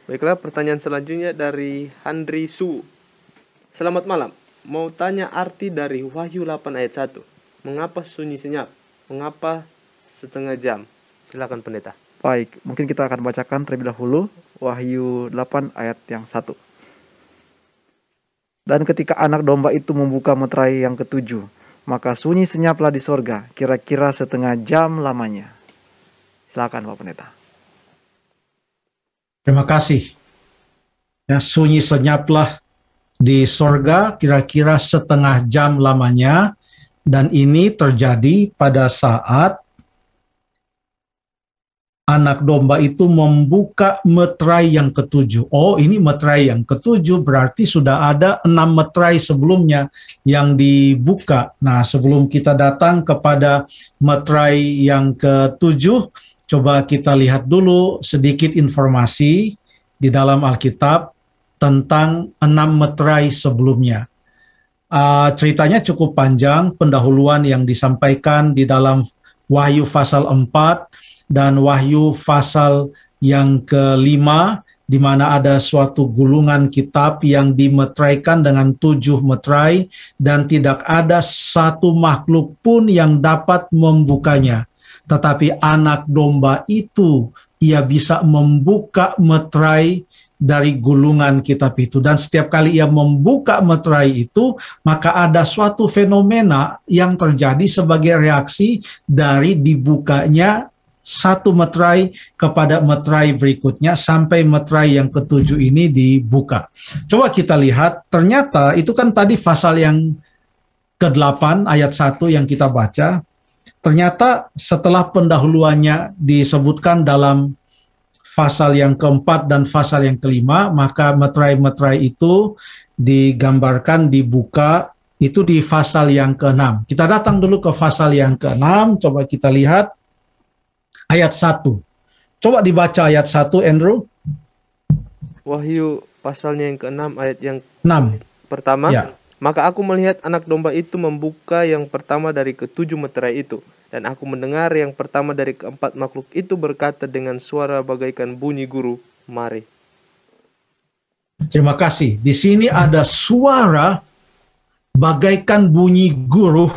Baiklah, pertanyaan selanjutnya dari Handri Su. Selamat malam. Mau tanya arti dari Wahyu 8 ayat 1. Mengapa sunyi senyap? Mengapa setengah jam? Silakan pendeta. Baik, mungkin kita akan bacakan terlebih dahulu Wahyu 8 ayat yang 1. Dan ketika anak domba itu membuka meterai yang ketujuh, maka sunyi senyaplah di sorga, kira-kira setengah jam lamanya. Silakan Pak Pendeta. Terima kasih. Ya, sunyi senyaplah di sorga kira-kira setengah jam lamanya, dan ini terjadi pada saat anak domba itu membuka meterai yang ketujuh. Oh, ini meterai yang ketujuh, berarti sudah ada 6 meterai sebelumnya yang dibuka. Nah, sebelum kita datang kepada meterai yang ketujuh, coba kita lihat dulu sedikit informasi di dalam Alkitab tentang 6 meterai sebelumnya. Ceritanya cukup panjang, pendahuluan yang disampaikan di dalam Wahyu pasal 4 dan Wahyu pasal yang ke-5, di mana ada suatu gulungan kitab yang dimeteraikan dengan 7 meterai, dan tidak ada satu makhluk pun yang dapat membukanya. Tetapi anak domba itu, ia bisa membuka meterai dari gulungan kitab itu. Dan setiap kali ia membuka meterai itu, maka ada suatu fenomena yang terjadi sebagai reaksi dari dibukanya satu meterai kepada meterai berikutnya sampai meterai yang ketujuh ini dibuka. Coba kita lihat, ternyata itu kan tadi pasal yang ke-8 ayat 1 yang kita baca. Ternyata setelah pendahuluannya disebutkan dalam pasal yang ke-4 dan pasal yang ke-5, maka meterai-meterai itu digambarkan dibuka itu di pasal yang ke-6. Kita datang dulu ke pasal yang ke-6, coba kita lihat ayat 1. Coba dibaca ayat 1, Andrew. Wahyu pasalnya yang ke-6 ayat yang 6. pertama. Ya. Maka aku melihat anak domba itu membuka yang pertama dari ke-7 meterai itu. Dan aku mendengar yang pertama dari ke-4 makhluk itu berkata dengan suara bagaikan bunyi guru, mari. Terima kasih. Di sini ada suara bagaikan bunyi guru.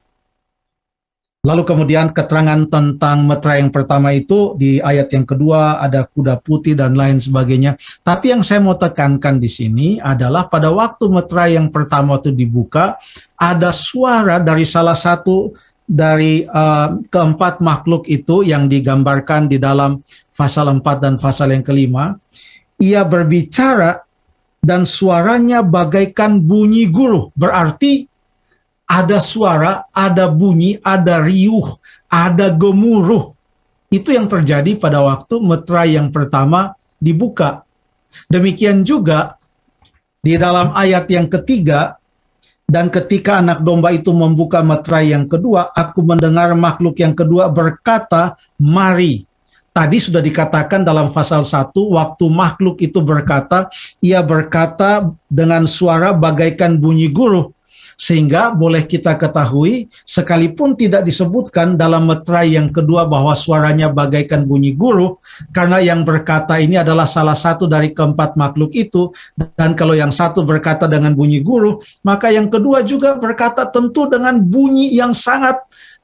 Lalu kemudian keterangan tentang meterai yang pertama itu di ayat yang kedua, ada kuda putih dan lain sebagainya. Tapi yang saya mau tekankan di sini adalah pada waktu meterai yang pertama itu dibuka, ada suara dari salah satu dari keempat makhluk itu yang digambarkan di dalam pasal 4 dan pasal yang ke-5. Ia berbicara dan suaranya bagaikan bunyi guru. Berarti ada suara, ada bunyi, ada riuh, ada gemuruh. Itu yang terjadi pada waktu meterai yang pertama dibuka. Demikian juga di dalam ayat yang ketiga, dan ketika anak domba itu membuka meterai yang kedua, aku mendengar makhluk yang kedua berkata, mari. Tadi sudah dikatakan dalam pasal 1, waktu makhluk itu berkata, ia berkata dengan suara bagaikan bunyi guru. Sehingga boleh kita ketahui, sekalipun tidak disebutkan dalam meterai yang kedua bahwa suaranya bagaikan bunyi guru, karena yang berkata ini adalah salah satu dari keempat makhluk itu, dan kalau yang satu berkata dengan bunyi guru, maka yang kedua juga berkata tentu dengan bunyi yang sangat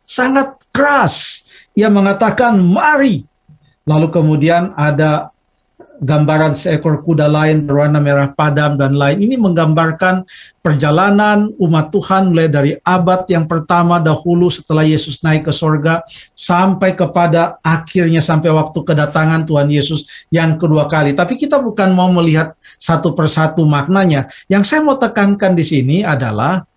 keras. Ia mengatakan, mari. Lalu kemudian ada gambaran seekor kuda lain berwarna merah padam dan lain. Ini menggambarkan perjalanan umat Tuhan mulai dari abad yang pertama dahulu setelah Yesus naik ke sorga sampai kepada akhirnya sampai waktu kedatangan Tuhan Yesus yang kedua kali. Tapi kita bukan mau melihat satu persatu maknanya. Yang saya mau tekankan di sini adalah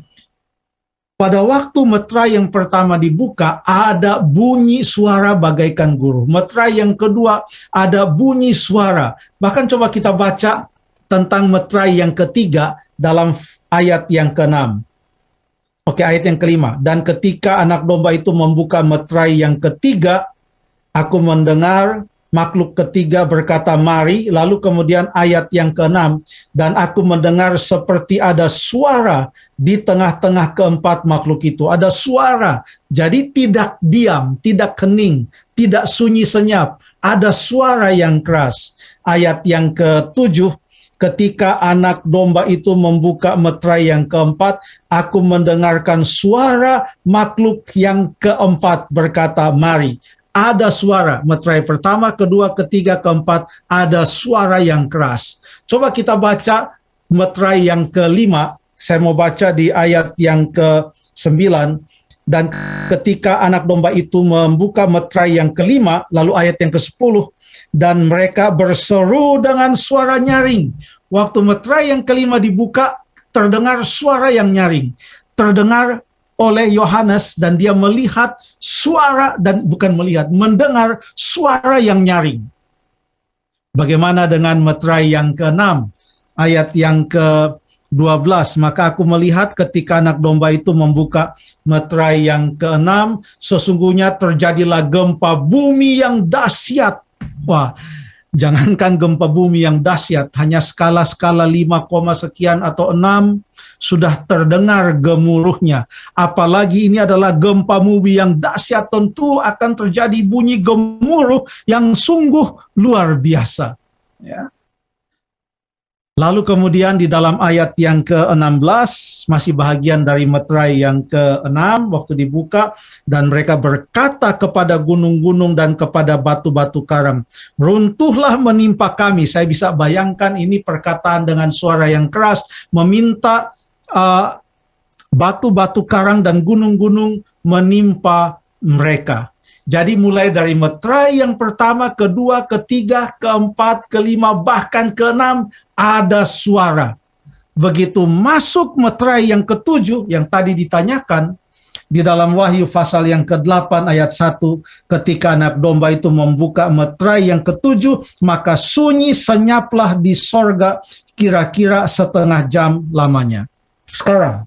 pada waktu meterai yang pertama dibuka, ada bunyi suara bagaikan guru. Meterai yang kedua, ada bunyi suara. Bahkan coba kita baca tentang meterai yang ketiga dalam ayat yang ke-6. Oke, ayat yang ke-5. Dan ketika anak domba itu membuka meterai yang ketiga, aku mendengar makhluk ketiga berkata, mari. Lalu kemudian ayat yang ke-6, dan aku mendengar seperti ada suara di tengah-tengah keempat makhluk itu. Ada suara, jadi tidak diam, tidak hening, tidak sunyi senyap, ada suara yang keras. Ayat yang ke-7, ketika anak domba itu membuka meterai yang keempat, aku mendengarkan suara makhluk yang keempat berkata, mari. Ada suara, meterai pertama, kedua, ketiga, keempat, ada suara yang keras. Coba kita baca meterai yang kelima, saya mau baca di ayat yang ke-9, dan ketika anak domba itu membuka meterai yang kelima, lalu ayat yang ke-10, dan mereka berseru dengan suara nyaring. Waktu meterai yang kelima dibuka, terdengar suara yang nyaring. Terdengar oleh Yohanes dan dia melihat suara, dan bukan melihat, mendengar suara yang nyaring. Bagaimana dengan meterai yang ke-6? Ayat yang ke-12, maka aku melihat ketika anak domba itu membuka meterai yang ke-6, sesungguhnya terjadilah gempa bumi yang dahsyat. Wah, jangankan gempa bumi yang dahsyat, hanya skala-skala 5, sekian atau 6 sudah terdengar gemuruhnya. Apalagi ini adalah gempa bumi yang dahsyat, tentu akan terjadi bunyi gemuruh yang sungguh luar biasa. Ya. Lalu kemudian di dalam ayat yang ke-16, masih bahagian dari meterai yang ke-6, waktu dibuka, dan mereka berkata kepada gunung-gunung dan kepada batu-batu karang, runtuhlah menimpa kami. Saya bisa bayangkan ini perkataan dengan suara yang keras, meminta batu-batu karang dan gunung-gunung menimpa mereka. Jadi mulai dari meterai yang pertama, kedua, ketiga, keempat, kelima, bahkan keenam, ada suara. Begitu masuk meterai yang ke-7, yang tadi ditanyakan, di dalam Wahyu pasal yang ke-8 ayat 1, ketika anak domba itu membuka meterai yang ke-7, maka sunyi senyaplah di sorga kira-kira setengah jam lamanya. Sekarang,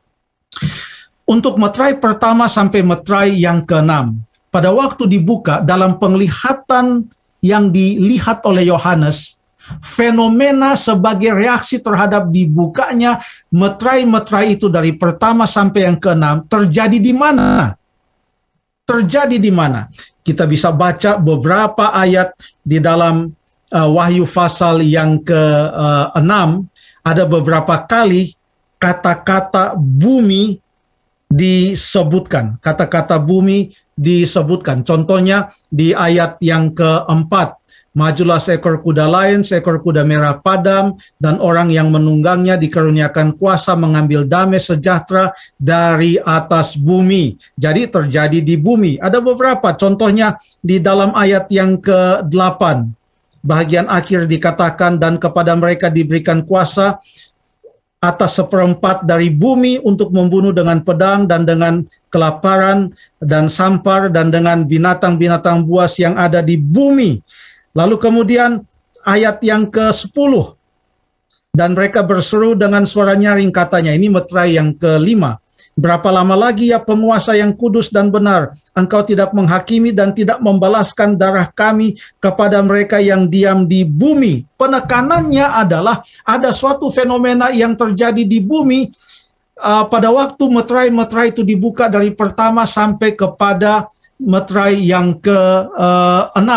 untuk meterai pertama sampai meterai yang ke-6, pada waktu dibuka, dalam penglihatan yang dilihat oleh Yohanes, fenomena sebagai reaksi terhadap dibukanya meterai-meterai itu dari pertama sampai yang ke-6 terjadi di mana? Terjadi di mana? Kita bisa baca beberapa ayat di dalam Wahyu pasal yang ke-6, ada beberapa kali kata-kata bumi disebutkan. Kata-kata bumi disebutkan. Contohnya di ayat yang ke-4, majulah seekor kuda lain, seekor kuda merah padam, dan orang yang menunggangnya dikaruniakan kuasa mengambil damai sejahtera dari atas bumi. Jadi terjadi di bumi. Ada beberapa, contohnya di dalam ayat yang ke-8, bagian akhir dikatakan, dan kepada mereka diberikan kuasa atas seperempat dari bumi untuk membunuh dengan pedang dan dengan kelaparan dan sampar dan dengan binatang-binatang buas yang ada di bumi. Lalu kemudian ayat yang ke-10, dan mereka berseru dengan suara nyaring, katanya, ini meterai yang ke-5. Berapa lama lagi ya penguasa yang kudus dan benar, engkau tidak menghakimi dan tidak membalaskan darah kami kepada mereka yang diam di bumi. Penekanannya adalah ada suatu fenomena yang terjadi di bumi pada waktu meterai-meterai itu dibuka dari pertama sampai kepada meterai yang ke-6.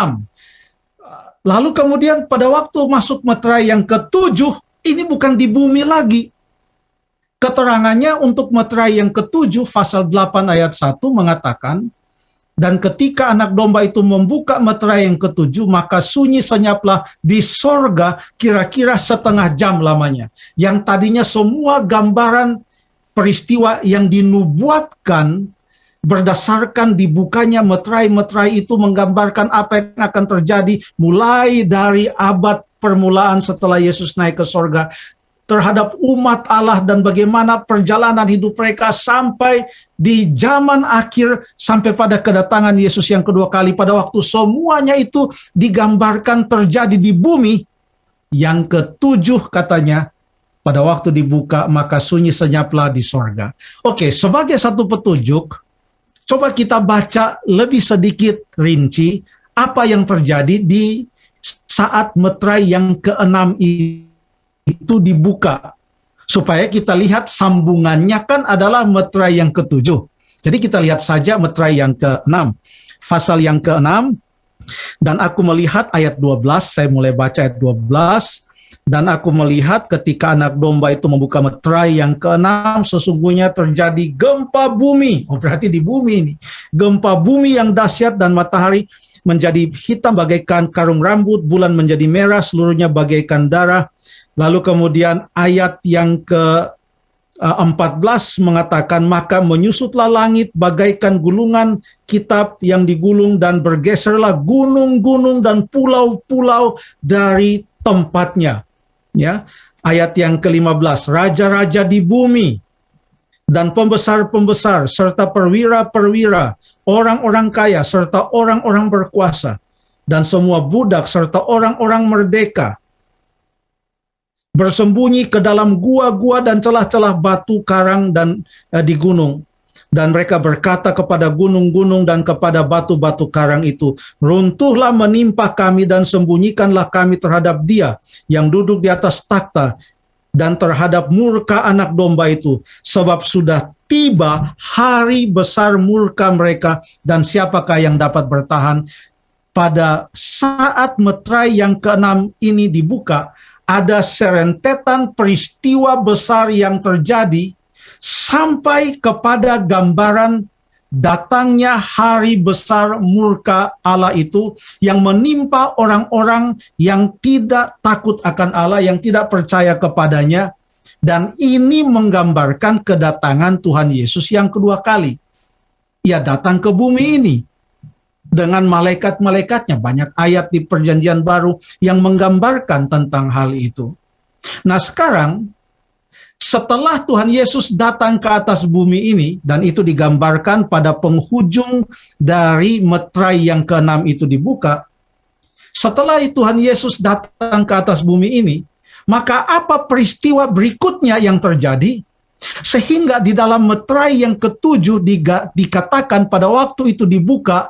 Lalu kemudian pada waktu masuk meterai yang ke-7, ini bukan di bumi lagi. Keterangannya untuk meterai yang ke-7, pasal 8 ayat 1 mengatakan, dan ketika anak domba itu membuka meterai yang ke-7, maka sunyi senyaplah di sorga kira-kira setengah jam lamanya. Yang tadinya semua gambaran peristiwa yang dinubuatkan berdasarkan dibukanya meterai-meterai itu menggambarkan apa yang akan terjadi mulai dari abad permulaan setelah Yesus naik ke sorga, terhadap umat Allah dan bagaimana perjalanan hidup mereka sampai di zaman akhir, sampai pada kedatangan Yesus yang kedua kali, pada waktu semuanya itu digambarkan terjadi di bumi. Yang ke-7 katanya, pada waktu dibuka maka sunyi senyaplah di sorga. Oke, sebagai satu petunjuk, coba kita baca lebih sedikit rinci apa yang terjadi di saat meterai yang ke-6 itu dibuka, supaya kita lihat sambungannya kan adalah meterai yang ke-7. Jadi kita lihat saja meterai yang ke-6. pasal yang ke-6, dan aku melihat ayat 12, saya mulai baca ayat 12, dan aku melihat ketika anak domba itu membuka meterai yang ke-6, sesungguhnya terjadi gempa bumi. Oh, berarti di bumi ini. Gempa bumi yang dahsyat, dan matahari menjadi hitam bagaikan karung rambut, bulan menjadi merah, seluruhnya bagaikan darah. Lalu kemudian ayat yang ke-14 mengatakan, maka menyusutlah langit bagaikan gulungan kitab yang digulung, dan bergeserlah gunung-gunung dan pulau-pulau dari tempatnya. Ya, ayat yang ke-15, raja-raja di bumi dan pembesar-pembesar serta perwira-perwira, orang-orang kaya serta orang-orang berkuasa, dan semua budak serta orang-orang merdeka bersembunyi ke dalam gua-gua dan celah-celah batu karang dan di gunung. Dan mereka berkata kepada gunung-gunung dan kepada batu-batu karang itu, runtuhlah menimpa kami dan sembunyikanlah kami terhadap Dia yang duduk di atas takhta dan terhadap murka anak domba itu, sebab sudah tiba hari besar murka mereka, dan siapakah yang dapat bertahan? Pada saat meterai yang ke-6 ini dibuka, ada serentetan peristiwa besar yang terjadi sampai kepada gambaran datangnya hari besar murka Allah itu yang menimpa orang-orang yang tidak takut akan Allah, yang tidak percaya kepadanya. Dan ini menggambarkan kedatangan Tuhan Yesus yang kedua kali. Ia datang ke bumi ini dengan malaikat-malaikatnya. Banyak ayat di Perjanjian Baru yang menggambarkan tentang hal itu. Nah, sekarang setelah Tuhan Yesus datang ke atas bumi ini, dan itu digambarkan pada penghujung dari meterai yang ke-6 itu dibuka, setelah Tuhan Yesus datang ke atas bumi ini, maka apa peristiwa berikutnya yang terjadi? Sehingga di dalam meterai yang ke-7 dikatakan pada waktu itu dibuka,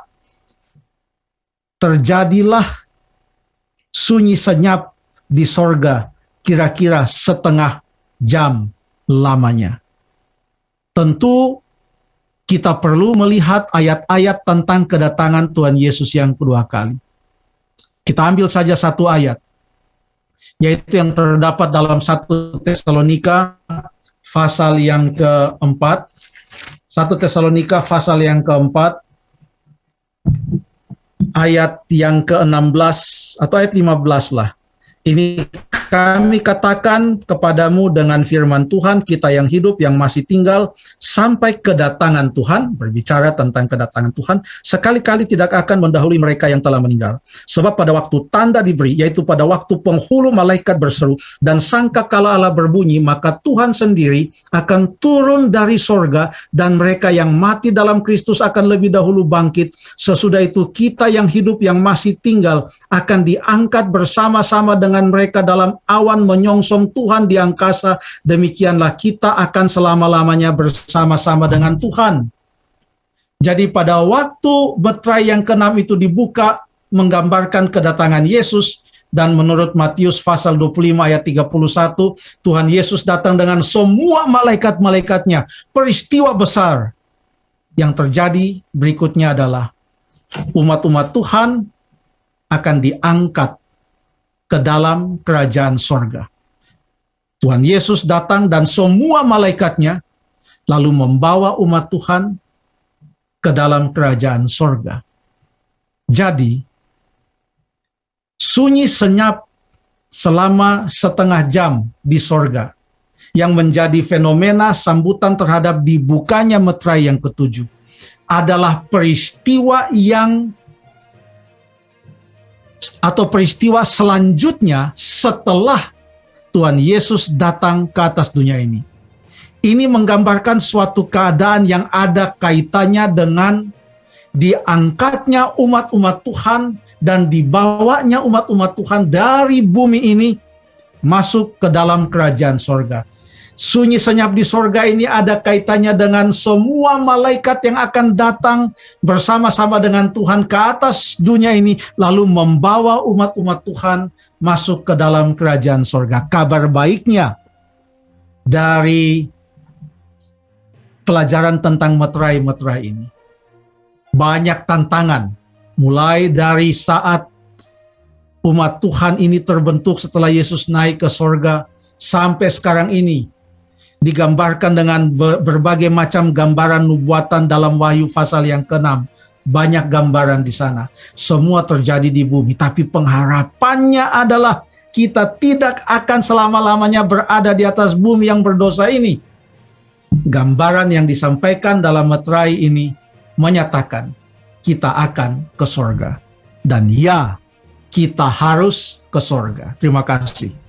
terjadilah sunyi senyap di sorga, kira-kira setengah jam lamanya. Tentu kita perlu melihat ayat-ayat tentang kedatangan Tuhan Yesus yang kedua kali. Kita ambil saja satu ayat, yaitu yang terdapat dalam 1 Tesalonika pasal yang ke-4. 1 Tesalonika pasal yang ke-4, ayat yang ke-16 atau ayat 15 lah. Ini kami katakan kepadamu dengan firman Tuhan kita yang hidup, yang masih tinggal sampai kedatangan Tuhan, berbicara tentang kedatangan Tuhan, sekali-kali tidak akan mendahului mereka yang telah meninggal. Sebab pada waktu tanda diberi, yaitu pada waktu penghulu malaikat berseru dan sangkakala Allah berbunyi, maka Tuhan sendiri akan turun dari sorga, dan mereka yang mati dalam Kristus akan lebih dahulu bangkit. Sesudah itu kita yang hidup, yang masih tinggal, akan diangkat bersama-sama dengan mereka dalam awan menyongsong Tuhan di angkasa. Demikianlah kita akan selama-lamanya bersama-sama dengan Tuhan. Jadi pada waktu meterai yang ke-6 itu dibuka, menggambarkan kedatangan Yesus, dan menurut Matius pasal 25 ayat 31, Tuhan Yesus datang dengan semua malaikat-malaikatnya. Peristiwa besar yang terjadi berikutnya adalah umat-umat Tuhan akan diangkat ke dalam kerajaan sorga. Tuhan Yesus datang dan semua malaikatnya lalu membawa umat Tuhan ke dalam kerajaan sorga. Jadi, sunyi senyap selama setengah jam di sorga yang menjadi fenomena sambutan terhadap dibukanya meterai yang ke-7 adalah peristiwa atau peristiwa selanjutnya setelah Tuhan Yesus datang ke atas dunia ini. Ini menggambarkan suatu keadaan yang ada kaitannya dengan diangkatnya umat-umat Tuhan dan dibawanya umat-umat Tuhan dari bumi ini masuk ke dalam kerajaan sorga. Sunyi senyap di sorga ini ada kaitannya dengan semua malaikat yang akan datang bersama-sama dengan Tuhan ke atas dunia ini, lalu membawa umat-umat Tuhan masuk ke dalam kerajaan sorga. Kabar baiknya dari pelajaran tentang meterai-meterai ini, banyak tantangan. Mulai dari saat umat Tuhan ini terbentuk setelah Yesus naik ke sorga, sampai sekarang ini, digambarkan dengan berbagai macam gambaran nubuatan dalam Wahyu pasal yang ke-6. Banyak gambaran di sana. Semua terjadi di bumi. Tapi pengharapannya adalah kita tidak akan selama-lamanya berada di atas bumi yang berdosa ini. Gambaran yang disampaikan dalam meterai ini menyatakan kita akan ke sorga. Dan ya, kita harus ke sorga. Terima kasih.